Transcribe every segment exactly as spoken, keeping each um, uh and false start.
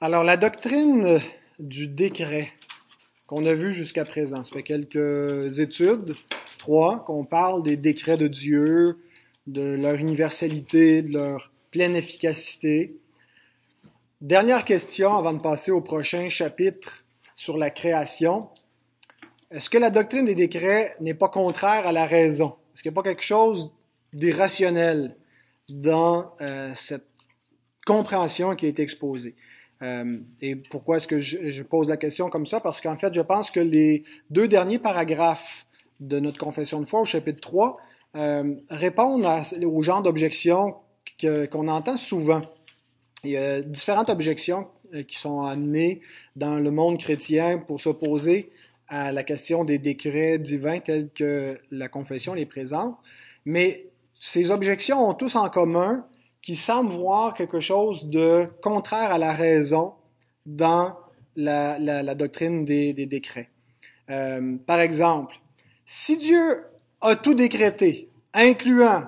Alors, la doctrine du décret qu'on a vu jusqu'à présent, ça fait quelques études, trois, qu'on parle des décrets de Dieu, de leur universalité, de leur pleine efficacité. Dernière question avant de passer au prochain chapitre sur la création. Est-ce que la doctrine des décrets n'est pas contraire à la raison? Est-ce qu'il n'y a pas quelque chose d'irrationnel dans euh, cette compréhension qui est exposée? Euh, et pourquoi est-ce que je, je pose la question comme ça? Parce qu'en fait, je pense que les deux derniers paragraphes de notre confession de foi, au chapitre trois, euh, répondent à, au genre d'objections que, qu'on entend souvent. Il y a différentes objections qui sont amenées dans le monde chrétien pour s'opposer à la question des décrets divins tels que la confession les présente. Mais ces objections ont tous en commun qui semblent voir quelque chose de contraire à la raison dans la, la, la doctrine des, des décrets. Euh, par exemple, si Dieu a tout décrété, incluant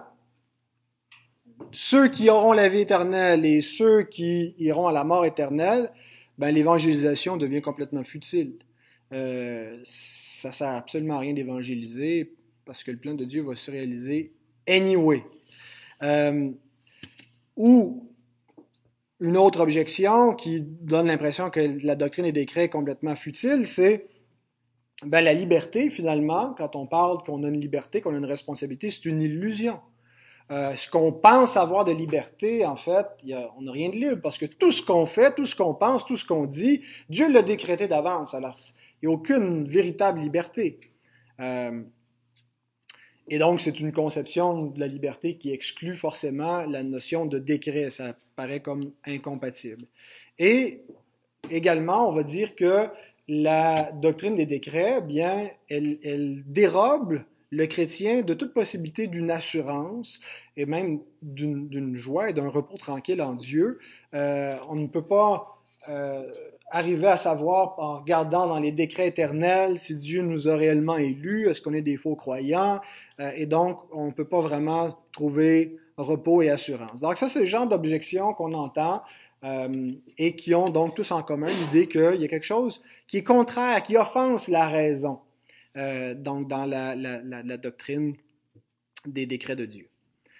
ceux qui auront la vie éternelle et ceux qui iront à la mort éternelle, ben, l'évangélisation devient complètement futile. Euh, ça sert absolument à rien d'évangéliser parce que le plan de Dieu va se réaliser anyway. Euh, ou une autre objection qui donne l'impression que la doctrine des décrets est complètement futile, c'est ben, la liberté, finalement, quand on parle qu'on a une liberté, qu'on a une responsabilité, c'est une illusion. Euh, ce qu'on pense avoir de liberté, en fait, y a, on n'a rien de libre, parce que tout ce qu'on fait, tout ce qu'on pense, tout ce qu'on dit, Dieu l'a décrété d'avance. Alors, il n'y a aucune véritable liberté. Euh, et donc, c'est une conception de la liberté qui exclut forcément la notion de décret. Ça paraît comme incompatible. Et également, on va dire que la doctrine des décrets, bien, elle, elle dérobe le chrétien de toute possibilité d'une assurance et même d'une, d'une joie et d'un repos tranquille en Dieu. Euh, on ne peut pas euh, arriver à savoir en regardant dans les décrets éternels si Dieu nous a réellement élus, est-ce qu'on est des faux croyants, euh, et donc on ne peut pas vraiment trouver repos et assurance. Donc ça, c'est le genre d'objection qu'on entend euh, et qui ont donc tous en commun l'idée qu'il y a quelque chose qui est contraire, qui offense la raison. Euh, donc dans la, la, la, la doctrine des décrets de Dieu.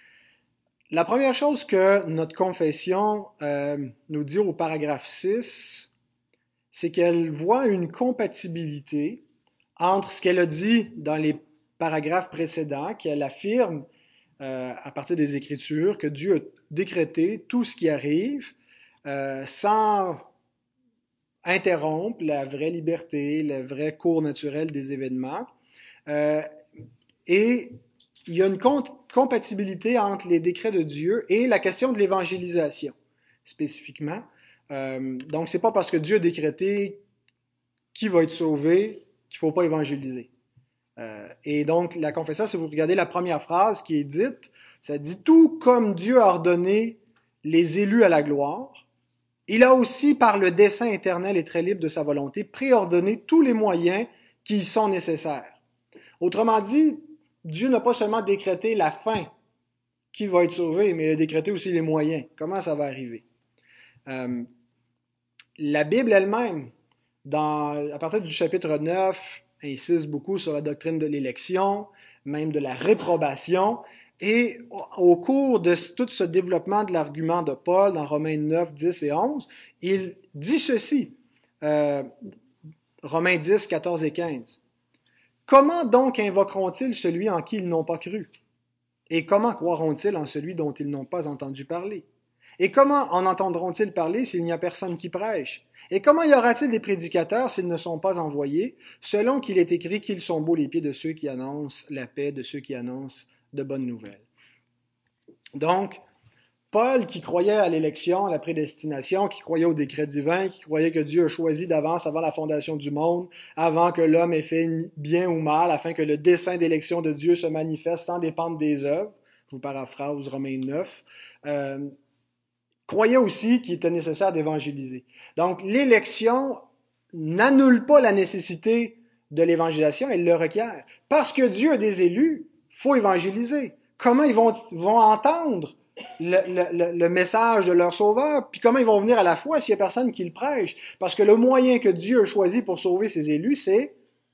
La première chose que notre confession euh, nous dit au paragraphe six, c'est qu'elle voit une compatibilité entre ce qu'elle a dit dans les paragraphes précédents, qu'elle affirme euh, à partir des Écritures que Dieu a décrété tout ce qui arrive euh, sans interrompre la vraie liberté, le vrai cours naturel des événements. Euh, et il y a une compatibilité entre les décrets de Dieu et la question de l'évangélisation, spécifiquement. Euh, donc, c'est pas parce que Dieu a décrété qui va être sauvé qu'il ne faut pas évangéliser. Euh, et donc, la confession, si vous regardez la première phrase qui est dite, ça dit « Tout comme Dieu a ordonné les élus à la gloire, il a aussi, par le dessein éternel et très libre de sa volonté, préordonné tous les moyens qui y sont nécessaires. » Autrement dit, Dieu n'a pas seulement décrété la fin qui va être sauvé, mais il a décrété aussi les moyens. Comment ça va arriver? Euh, la Bible elle-même, dans, à partir du chapitre neuf, insiste beaucoup sur la doctrine de l'élection, même de la réprobation. Et au cours de tout ce développement de l'argument de Paul, dans Romains neuf, dix et onze, il dit ceci, euh, Romains dix, quatorze et quinze. Comment donc invoqueront-ils celui en qui ils n'ont pas cru? Et comment croiront-ils en celui dont ils n'ont pas entendu parler? Et comment en entendront-ils parler s'il n'y a personne qui prêche? Et comment y aura-t-il des prédicateurs s'ils ne sont pas envoyés, selon qu'il est écrit qu'ils sont beaux les pieds de ceux qui annoncent la paix, de ceux qui annoncent de bonnes nouvelles? Donc, Paul, qui croyait à l'élection, à la prédestination, qui croyait au décret divin, qui croyait que Dieu a choisi d'avance avant la fondation du monde, avant que l'homme ait fait bien ou mal, afin que le dessein d'élection de Dieu se manifeste sans dépendre des œuvres, je vous paraphrase Romains neuf, euh, croyait aussi qu'il était nécessaire d'évangéliser. Donc, l'élection n'annule pas la nécessité de l'évangélisation, elle le requiert. Parce que Dieu a des élus, il faut évangéliser. Comment ils vont, vont entendre le, le, le message de leur sauveur, puis comment ils vont venir à la foi s'il n'y a personne qui le prêche? Parce que le moyen que Dieu a choisi pour sauver ses élus, c'est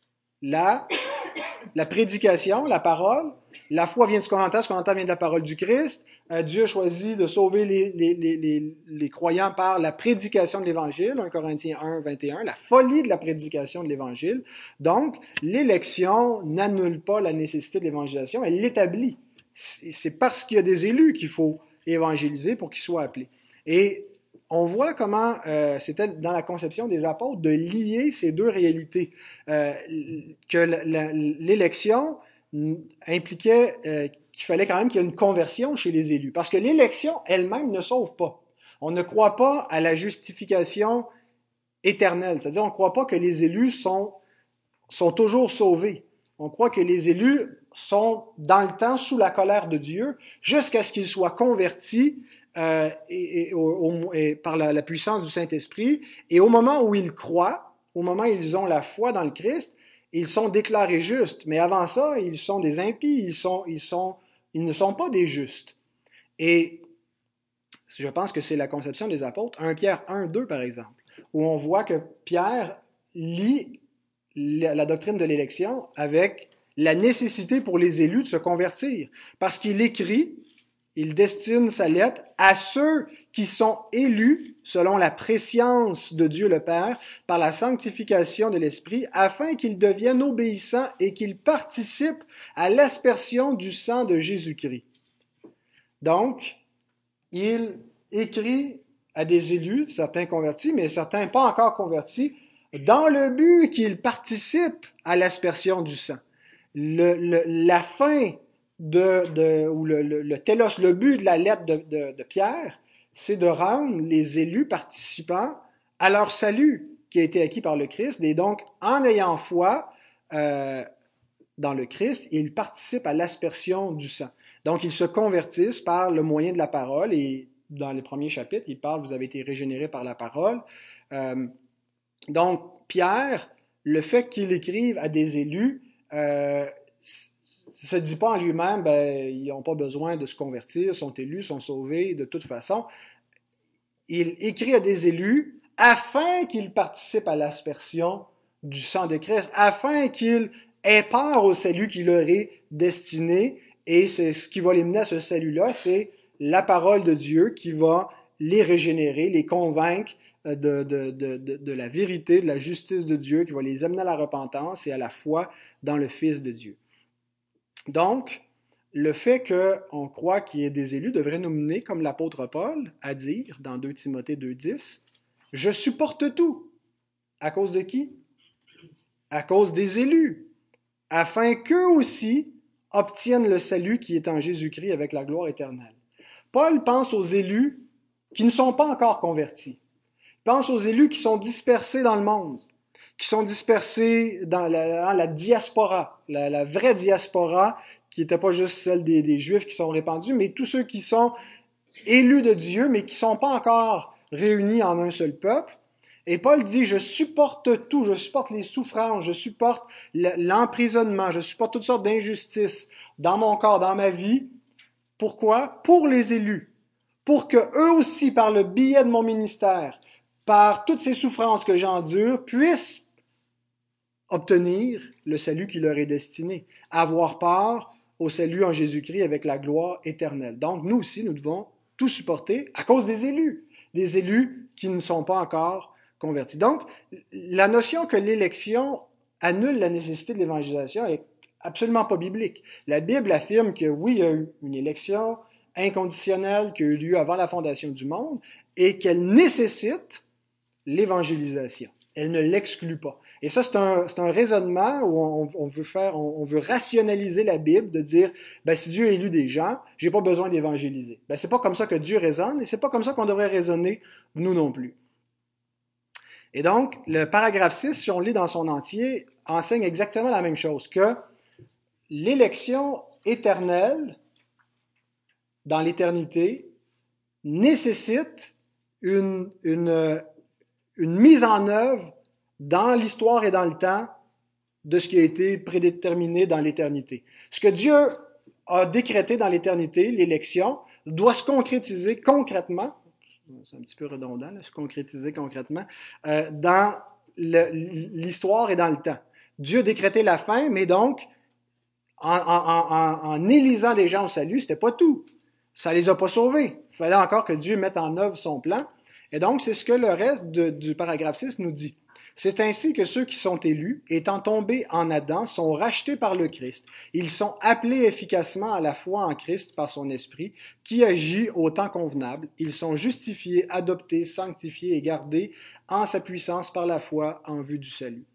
la, la prédication, la parole. La foi vient de ce qu'on entend, ce qu'on entend vient de la parole du Christ. Euh, Dieu a choisi de sauver les, les, les, les, les croyants par la prédication de l'Évangile, un Corinthiens un, vingt et un, la folie de la prédication de l'Évangile. Donc, l'élection n'annule pas la nécessité de l'évangélisation, elle l'établit. C'est parce qu'il y a des élus qu'il faut évangéliser pour qu'ils soient appelés. Et on voit comment euh, c'était dans la conception des apôtres de lier ces deux réalités. Euh, que l'élection impliquait euh, qu'il fallait quand même qu'il y ait une conversion chez les élus. Parce que l'élection elle-même ne sauve pas. On ne croit pas à la justification éternelle. C'est-à-dire, on ne croit pas que les élus sont, sont toujours sauvés. On croit que les élus sont dans le temps sous la colère de Dieu jusqu'à ce qu'ils soient convertis euh, et, et, et, et par la, la puissance du Saint-Esprit. Et au moment où ils croient, au moment où ils ont la foi dans le Christ, ils sont déclarés justes. Mais avant ça, ils sont des impies, ils, sont, ils, sont, ils ne sont pas des justes. Et je pense que c'est la conception des apôtres. premier Pierre un, deux, par exemple, où on voit que Pierre lit la doctrine de l'élection avec la nécessité pour les élus de se convertir. Parce qu'il écrit, il destine sa lettre à ceux qui sont élus selon la prescience de Dieu le Père par la sanctification de l'Esprit, afin qu'ils deviennent obéissants et qu'ils participent à l'aspersion du sang de Jésus-Christ. Donc, il écrit à des élus, certains convertis, mais certains pas encore convertis, dans le but qu'ils participent à l'aspersion du sang. Le, le, la fin de, de ou le, le, le télos, le but de la lettre de, de, de Pierre, c'est de rendre les élus participants à leur salut qui a été acquis par le Christ. Et donc, en ayant foi euh, dans le Christ, ils participent à l'aspersion du sang. Donc, ils se convertissent par le moyen de la parole. Et dans les premiers chapitres, il parle, vous avez été régénérés par la parole. Euh, donc, Pierre, le fait qu'il écrive à des élus, euh, se dit pas en lui-même, ben, ils n'ont pas besoin de se convertir, sont élus, sont sauvés de toute façon. Il écrit à des élus afin qu'ils participent à l'aspersion du sang de Christ, afin qu'ils aient part au salut qui leur est destiné. Et c'est ce qui va les mener à ce salut-là, c'est la parole de Dieu qui va les régénérer, les convaincre de, de, de, de, de la vérité, de la justice de Dieu, qui va les amener à la repentance et à la foi dans le Fils de Dieu. Donc, le fait qu'on croit qu'il y ait des élus devrait nous mener, comme l'apôtre Paul, à dire dans deux Timothée deux dix, « Je supporte tout. » À cause de qui? À cause des élus, afin qu'eux aussi obtiennent le salut qui est en Jésus-Christ avec la gloire éternelle. Paul pense aux élus qui ne sont pas encore convertis. Il pense aux élus qui sont dispersés dans le monde, qui sont dispersés dans la, dans la diaspora, la, la vraie diaspora, qui n'était pas juste celle des, des Juifs qui sont répandus, mais tous ceux qui sont élus de Dieu, mais qui ne sont pas encore réunis en un seul peuple. Et Paul dit, je supporte tout, je supporte les souffrances, je supporte l'emprisonnement, je supporte toutes sortes d'injustices dans mon corps, dans ma vie. Pourquoi? Pour les élus. Pour que eux aussi, par le biais de mon ministère, par toutes ces souffrances que j'endure, puissent obtenir le salut qui leur est destiné, avoir part au salut en Jésus-Christ avec la gloire éternelle. Donc, nous aussi, nous devons tout supporter à cause des élus, des élus qui ne sont pas encore convertis. Donc, la notion que l'élection annule la nécessité de l'évangélisation est absolument pas biblique. La Bible affirme que oui, il y a eu une élection inconditionnelle qui a eu lieu avant la fondation du monde et qu'elle nécessite l'évangélisation. Elle ne l'exclut pas. Et ça, c'est un, c'est un raisonnement où on, on veut faire, on, on veut rationaliser la Bible, de dire, ben, si Dieu a élu des gens, j'ai pas besoin d'évangéliser. Ben, c'est pas comme ça que Dieu raisonne, et c'est pas comme ça qu'on devrait raisonner, nous non plus. Et donc, le paragraphe six, si on le lit dans son entier, enseigne exactement la même chose, que l'élection éternelle dans l'éternité nécessite une, une, une mise en œuvre dans l'histoire et dans le temps de ce qui a été prédéterminé dans l'éternité. Ce que Dieu a décrété dans l'éternité, l'élection, doit se concrétiser concrètement, c'est un petit peu redondant, là, se concrétiser concrètement, euh, dans le, l'histoire et dans le temps. Dieu a décrété la fin, mais donc, en, en, en, en élisant des gens au salut, c'était pas tout. Ça les a pas sauvés. Il fallait encore que Dieu mette en œuvre son plan. Et donc, c'est ce que le reste de, du paragraphe six nous dit. C'est ainsi que ceux qui sont élus, étant tombés en Adam, sont rachetés par le Christ. Ils sont appelés efficacement à la foi en Christ par son Esprit, qui agit au temps convenable. Ils sont justifiés, adoptés, sanctifiés et gardés en sa puissance par la foi en vue du salut.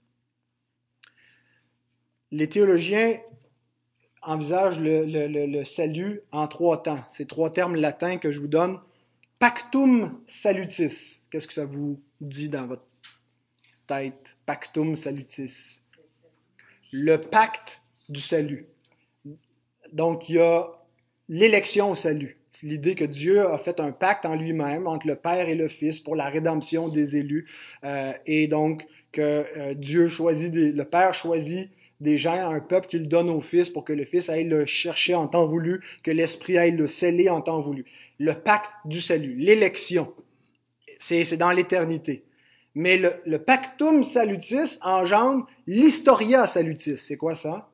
Les théologiens envisagent le, le, le, le salut en trois temps. Ces trois termes latins que je vous donne. Pactum salutis. Qu'est-ce que ça vous dit dans votre tête? Pactum salutis. Le pacte du salut. Donc, il y a l'élection au salut. C'est l'idée que Dieu a fait un pacte en lui-même entre le Père et le Fils pour la rédemption des élus. Euh, et donc, que euh, Dieu choisit, des, le Père choisit des gens, un peuple qu'il donne au Fils pour que le Fils aille le chercher en temps voulu, que l'Esprit aille le sceller en temps voulu. Le pacte du salut, l'élection, c'est, c'est dans l'éternité. Mais le, le pactum salutis engendre l'historia salutis. C'est quoi ça?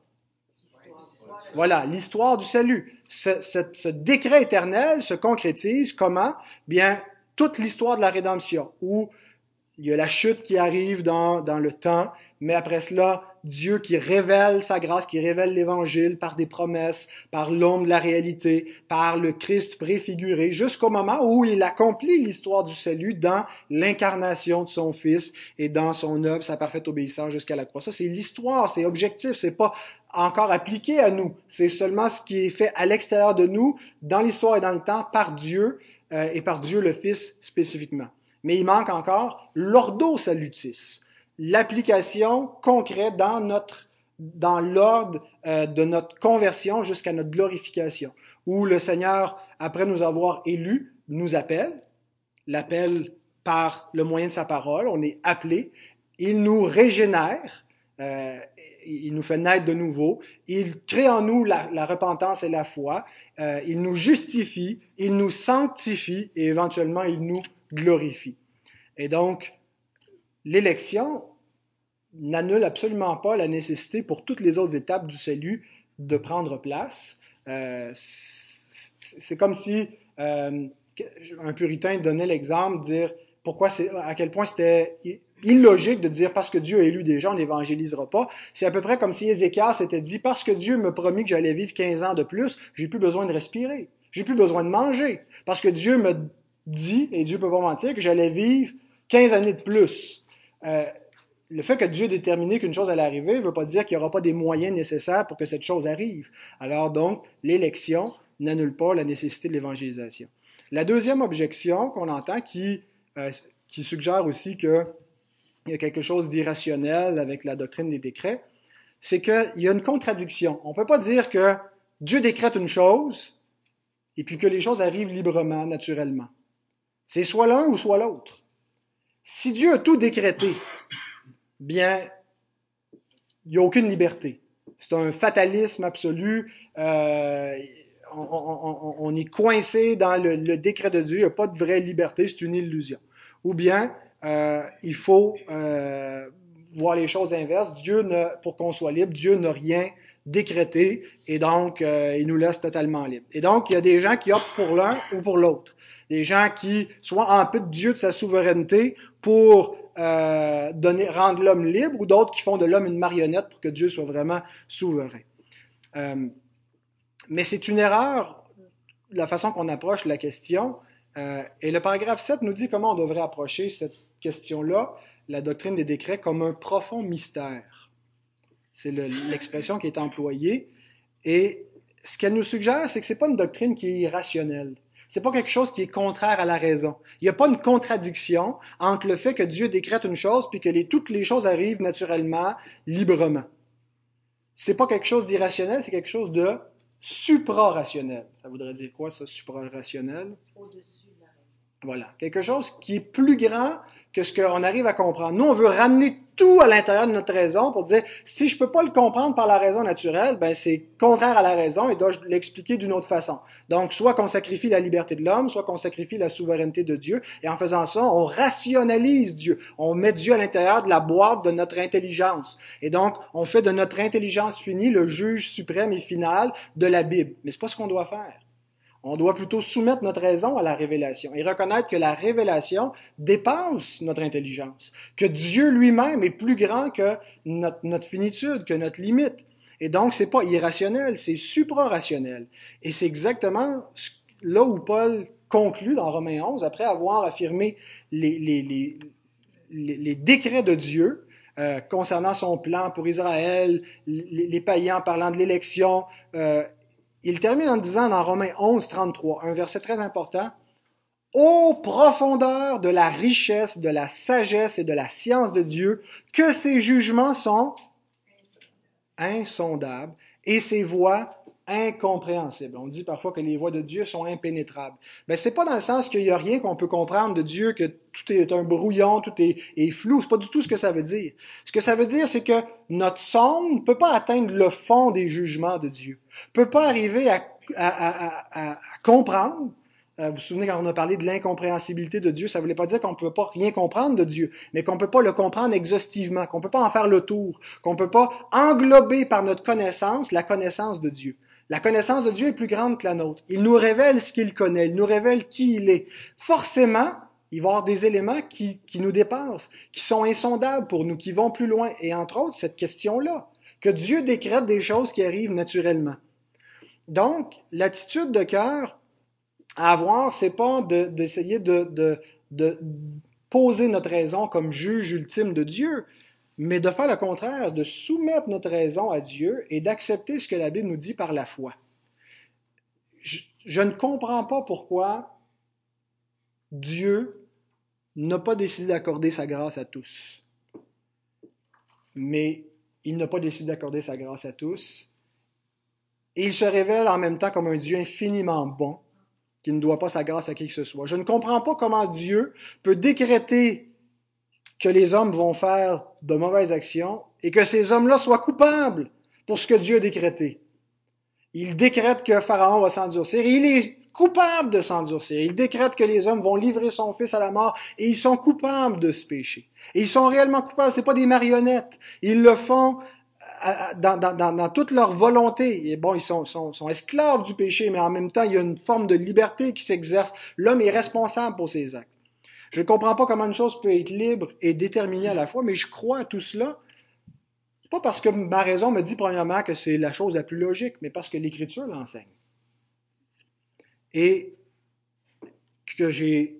Voilà, l'histoire du salut. Ce, ce, ce décret éternel se concrétise comment? Bien, toute l'histoire de la rédemption, où il y a la chute qui arrive dans, dans le temps, mais après cela, Dieu qui révèle sa grâce, qui révèle l'Évangile par des promesses, par l'ombre de la réalité, par le Christ préfiguré, jusqu'au moment où il accomplit l'histoire du salut dans l'incarnation de son Fils et dans son œuvre, sa parfaite obéissance jusqu'à la croix. Ça, c'est l'histoire, c'est objectif, c'est pas encore appliqué à nous. C'est seulement ce qui est fait à l'extérieur de nous, dans l'histoire et dans le temps, par Dieu, euh, et par Dieu le Fils spécifiquement. Mais il manque encore l'ordo salutis, l'application concrète dans notre, dans l'ordre euh, de notre conversion jusqu'à notre glorification, où le Seigneur, après nous avoir élus, nous appelle, l'appelle par le moyen de sa parole, on est appelé, il nous régénère, euh, il nous fait naître de nouveau, il crée en nous la, la repentance et la foi, euh, il nous justifie, il nous sanctifie et éventuellement il nous glorifie. Et donc, l'élection n'annule absolument pas la nécessité pour toutes les autres étapes du salut de prendre place. Euh, c'est comme si euh, un puritain donnait l'exemple, de dire pourquoi c'est, à quel point c'était illogique de dire parce que Dieu a élu des gens, on n'évangélisera pas. C'est à peu près comme si Ézéchias s'était dit parce que Dieu me promis que j'allais vivre quinze ans de plus, j'ai plus besoin de respirer, j'ai plus besoin de manger, parce que Dieu me dit, et Dieu peut pas mentir, que j'allais vivre quinze années de plus. Euh, le fait que Dieu ait déterminé qu'une chose allait arriver ne veut pas dire qu'il n'y aura pas des moyens nécessaires pour que cette chose arrive. Alors donc, l'élection n'annule pas la nécessité de l'évangélisation. La deuxième objection qu'on entend qui, euh, qui suggère aussi qu'il y a quelque chose d'irrationnel avec la doctrine des décrets, c'est qu'il y a une contradiction. On ne peut pas dire que Dieu décrète une chose et puis que les choses arrivent librement, naturellement. C'est soit l'un ou soit l'autre. Si Dieu a tout décrété, bien, il n'y a aucune liberté. C'est un fatalisme absolu. Euh, on, on, on est coincé dans le, le décret de Dieu. Il n'y a pas de vraie liberté. C'est une illusion. Ou bien, euh, il faut euh, voir les choses inverses. Dieu, ne, pour qu'on soit libre, Dieu n'a rien décrété et donc euh, il nous laisse totalement libres. Et donc, il y a des gens qui optent pour l'un ou pour l'autre. Des gens qui soit amputent Dieu de sa souveraineté pour euh, donner, rendre l'homme libre, ou d'autres qui font de l'homme une marionnette pour que Dieu soit vraiment souverain. Euh, mais c'est une erreur, la façon qu'on approche la question. Euh, et le paragraphe sept nous dit comment on devrait approcher cette question-là, la doctrine des décrets, comme un profond mystère. C'est le, l'expression qui est employée. Et ce qu'elle nous suggère, c'est que c'est pas une doctrine qui est irrationnelle. C'est pas quelque chose qui est contraire à la raison. Il n'y a pas une contradiction entre le fait que Dieu décrète une chose puis que les, toutes les choses arrivent naturellement, librement. C'est pas quelque chose d'irrationnel, c'est quelque chose de supra-rationnel. Ça voudrait dire quoi, ça, supra-rationnel? Au-dessus de la raison. Voilà. Quelque chose qui est plus grand que ce qu'on arrive à comprendre. Nous, on veut ramener tout à l'intérieur de notre raison pour dire, si je peux pas le comprendre par la raison naturelle, ben c'est contraire à la raison et dois l'expliquer d'une autre façon. Donc, soit qu'on sacrifie la liberté de l'homme, soit qu'on sacrifie la souveraineté de Dieu, et en faisant ça, on rationalise Dieu. On met Dieu à l'intérieur de la boîte de notre intelligence. Et donc, on fait de notre intelligence finie le juge suprême et final de la Bible. Mais c'est pas ce qu'on doit faire. On doit plutôt soumettre notre raison à la révélation et reconnaître que la révélation dépasse notre intelligence, que Dieu lui-même est plus grand que notre, notre finitude, que notre limite. Et donc, c'est pas irrationnel, c'est supra-rationnel. Et c'est exactement là où Paul conclut dans Romains onze, après avoir affirmé les, les, les, les, les décrets de Dieu, euh, concernant son plan pour Israël, les, les païens parlant de l'élection, euh, il termine en disant dans Romains onze, trente-trois, un verset très important, « Ô profondeur de la richesse, de la sagesse et de la science de Dieu, que ses jugements sont insondables et ses voies incompréhensibles. » On dit parfois que les voies de Dieu sont impénétrables. Mais c'est pas dans le sens qu'il n'y a rien qu'on peut comprendre de Dieu, que tout est un brouillon, tout est, est flou. C'est pas du tout ce que ça veut dire. Ce que ça veut dire, c'est que notre sonde ne peut pas atteindre le fond des jugements de Dieu. Peut pas arriver à, à, à, à, à comprendre. Euh, vous vous souvenez quand on a parlé de l'incompréhensibilité de Dieu, ça voulait pas dire qu'on ne peut pas rien comprendre de Dieu, mais qu'on peut pas le comprendre exhaustivement, qu'on peut pas en faire le tour, qu'on peut pas englober par notre connaissance la connaissance de Dieu. La connaissance de Dieu est plus grande que la nôtre. Il nous révèle ce qu'il connaît, il nous révèle qui il est. Forcément, il va y avoir des éléments qui, qui nous dépassent, qui sont insondables pour nous, qui vont plus loin. Et entre autres, cette question-là, que Dieu décrète des choses qui arrivent naturellement. Donc, l'attitude de cœur à avoir, c'est pas de, d'essayer de, de, de poser notre raison comme juge ultime de Dieu, mais de faire le contraire, de soumettre notre raison à Dieu et d'accepter ce que la Bible nous dit par la foi. Je, je ne comprends pas pourquoi Dieu n'a pas décidé d'accorder sa grâce à tous. Mais il n'a pas décidé d'accorder sa grâce à tous. Et il se révèle en même temps comme un Dieu infiniment bon, qui ne doit pas sa grâce à qui que ce soit. Je ne comprends pas comment Dieu peut décréter que les hommes vont faire de mauvaises actions et que ces hommes-là soient coupables pour ce que Dieu a décrété. Il décrète que Pharaon va s'endurcir et il est coupable de s'endurcir. Il décrète que les hommes vont livrer son fils à la mort et ils sont coupables de ce péché. Et ils sont réellement coupables, c'est pas des marionnettes. Ils le font dans, dans, dans, dans toute leur volonté. Et bon, ils sont, sont, sont esclaves du péché, mais en même temps, il y a une forme de liberté qui s'exerce. L'homme est responsable pour ses actes. Je ne comprends pas comment une chose peut être libre et déterminée à la fois, mais je crois à tout cela, pas parce que ma raison me dit premièrement que c'est la chose la plus logique, mais parce que l'Écriture l'enseigne. Et que j'ai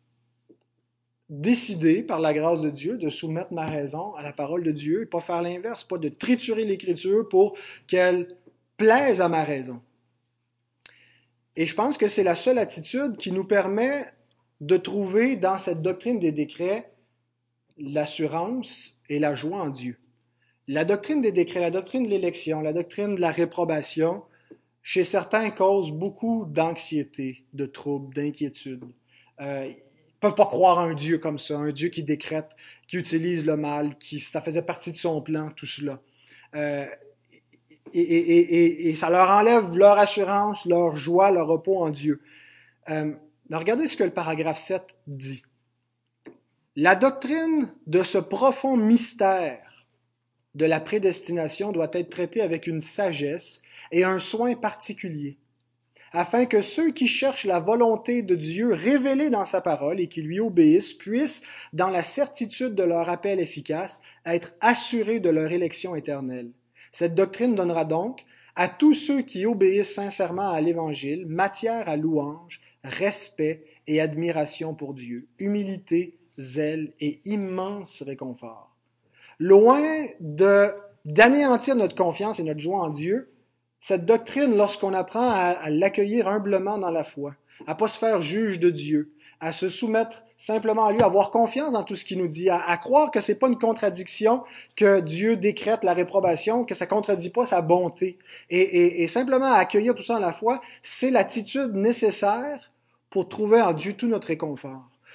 décidé, par la grâce de Dieu, de soumettre ma raison à la parole de Dieu et pas faire l'inverse, pas de triturer l'Écriture pour qu'elle plaise à ma raison. Et je pense que c'est la seule attitude qui nous permet de trouver dans cette doctrine des décrets l'assurance et la joie en Dieu. La doctrine des décrets, la doctrine de l'élection, la doctrine de la réprobation, chez certains cause beaucoup d'anxiété, de troubles, d'inquiétude. Euh, ils ne peuvent pas croire à un Dieu comme ça, un Dieu qui décrète, qui utilise le mal, qui ça faisait partie de son plan, tout cela. Euh, et, et, et, et ça leur enlève leur assurance, leur joie, leur repos en Dieu. Euh, mais regardez ce que le paragraphe sept dit. La doctrine de ce profond mystère de la prédestination doit être traitée avec une sagesse et un soin particulier, afin que ceux qui cherchent la volonté de Dieu révélée dans sa parole et qui lui obéissent puissent, dans la certitude de leur appel efficace, être assurés de leur élection éternelle. Cette doctrine donnera donc à tous ceux qui obéissent sincèrement à l'Évangile matière à louange, respect et admiration pour Dieu, humilité, zèle et immense réconfort. Loin de, d'anéantir notre confiance et notre joie en Dieu, cette doctrine, lorsqu'on apprend à, à l'accueillir humblement dans la foi, à pas se faire juge de Dieu, à se soumettre simplement à lui, à avoir confiance dans tout ce qu'il nous dit, à, à croire que c'est pas une contradiction, que Dieu décrète la réprobation, que ça contredit pas sa bonté, et, et, et simplement à accueillir tout ça dans la foi, c'est l'attitude nécessaire pour trouver en Dieu tout notre réconfort,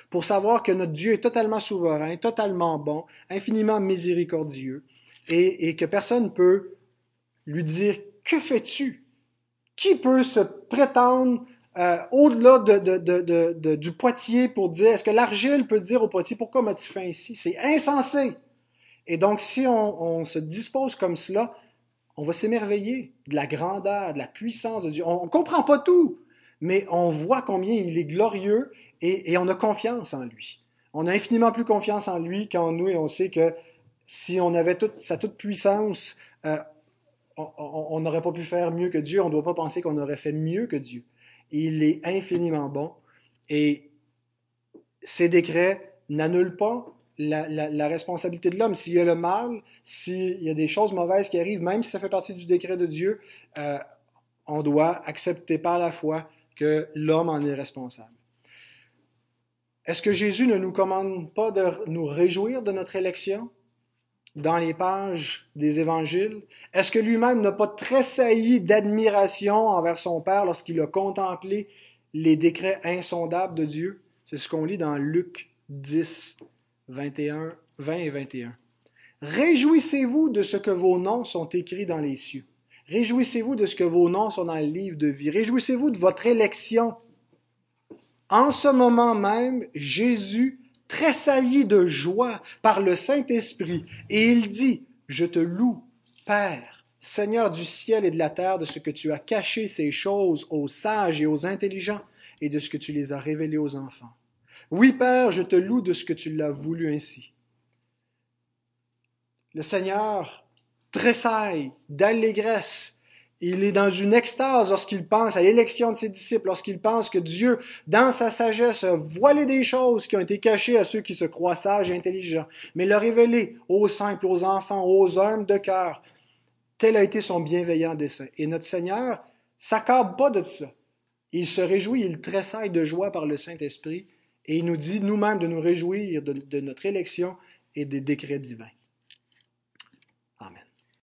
pour savoir que notre Dieu est totalement souverain, totalement bon, infiniment miséricordieux, et, et que personne ne peut lui dire « Que fais-tu » Qui peut se prétendre euh, au-delà de, de, de, de, de, du potier pour dire, est-ce que l'argile peut dire au potier, pourquoi m'as-tu fait ainsi? C'est insensé. Et donc, si on, on se dispose comme cela, on va s'émerveiller de la grandeur, de la puissance de Dieu. On ne comprend pas tout, mais on voit combien il est glorieux et, et on a confiance en lui. On a infiniment plus confiance en lui qu'en nous et on sait que si on avait toute, sa toute puissance, euh, on n'aurait pas pu faire mieux que Dieu, on ne doit pas penser qu'on aurait fait mieux que Dieu. Il est infiniment bon et ses décrets n'annulent pas la, la, la responsabilité de l'homme. S'il y a le mal, s'il y a des choses mauvaises qui arrivent, même si ça fait partie du décret de Dieu, euh, on doit accepter par la foi que l'homme en est responsable. Est-ce que Jésus ne nous commande pas de nous réjouir de notre élection dans les pages des évangiles? Est-ce que lui-même n'a pas tressailli d'admiration envers son Père lorsqu'il a contemplé les décrets insondables de Dieu? C'est ce qu'on lit dans Luc dix, vingt et un, vingt et vingt et un. Réjouissez-vous de ce que vos noms sont écrits dans les cieux. Réjouissez-vous de ce que vos noms sont dans le livre de vie. Réjouissez-vous de votre élection. En ce moment même, Jésus tressaillit de joie par le Saint-Esprit, et il dit, « Je te loue, Père, Seigneur du ciel et de la terre, de ce que tu as caché ces choses aux sages et aux intelligents, et de ce que tu les as révélées aux enfants. Oui, Père, je te loue de ce que tu l'as voulu ainsi. » Le Seigneur tressaille d'allégresse. Il est dans une extase lorsqu'il pense à l'élection de ses disciples, lorsqu'il pense que Dieu, dans sa sagesse, a voilé des choses qui ont été cachées à ceux qui se croient sages et intelligents, mais l'a révélé aux simples, aux enfants, aux hommes de cœur. Tel a été son bienveillant dessein. Et notre Seigneur s'accorde pas de ça. Il se réjouit, il tressaille de joie par le Saint-Esprit, et il nous dit nous-mêmes de nous réjouir de, de notre élection et des décrets divins.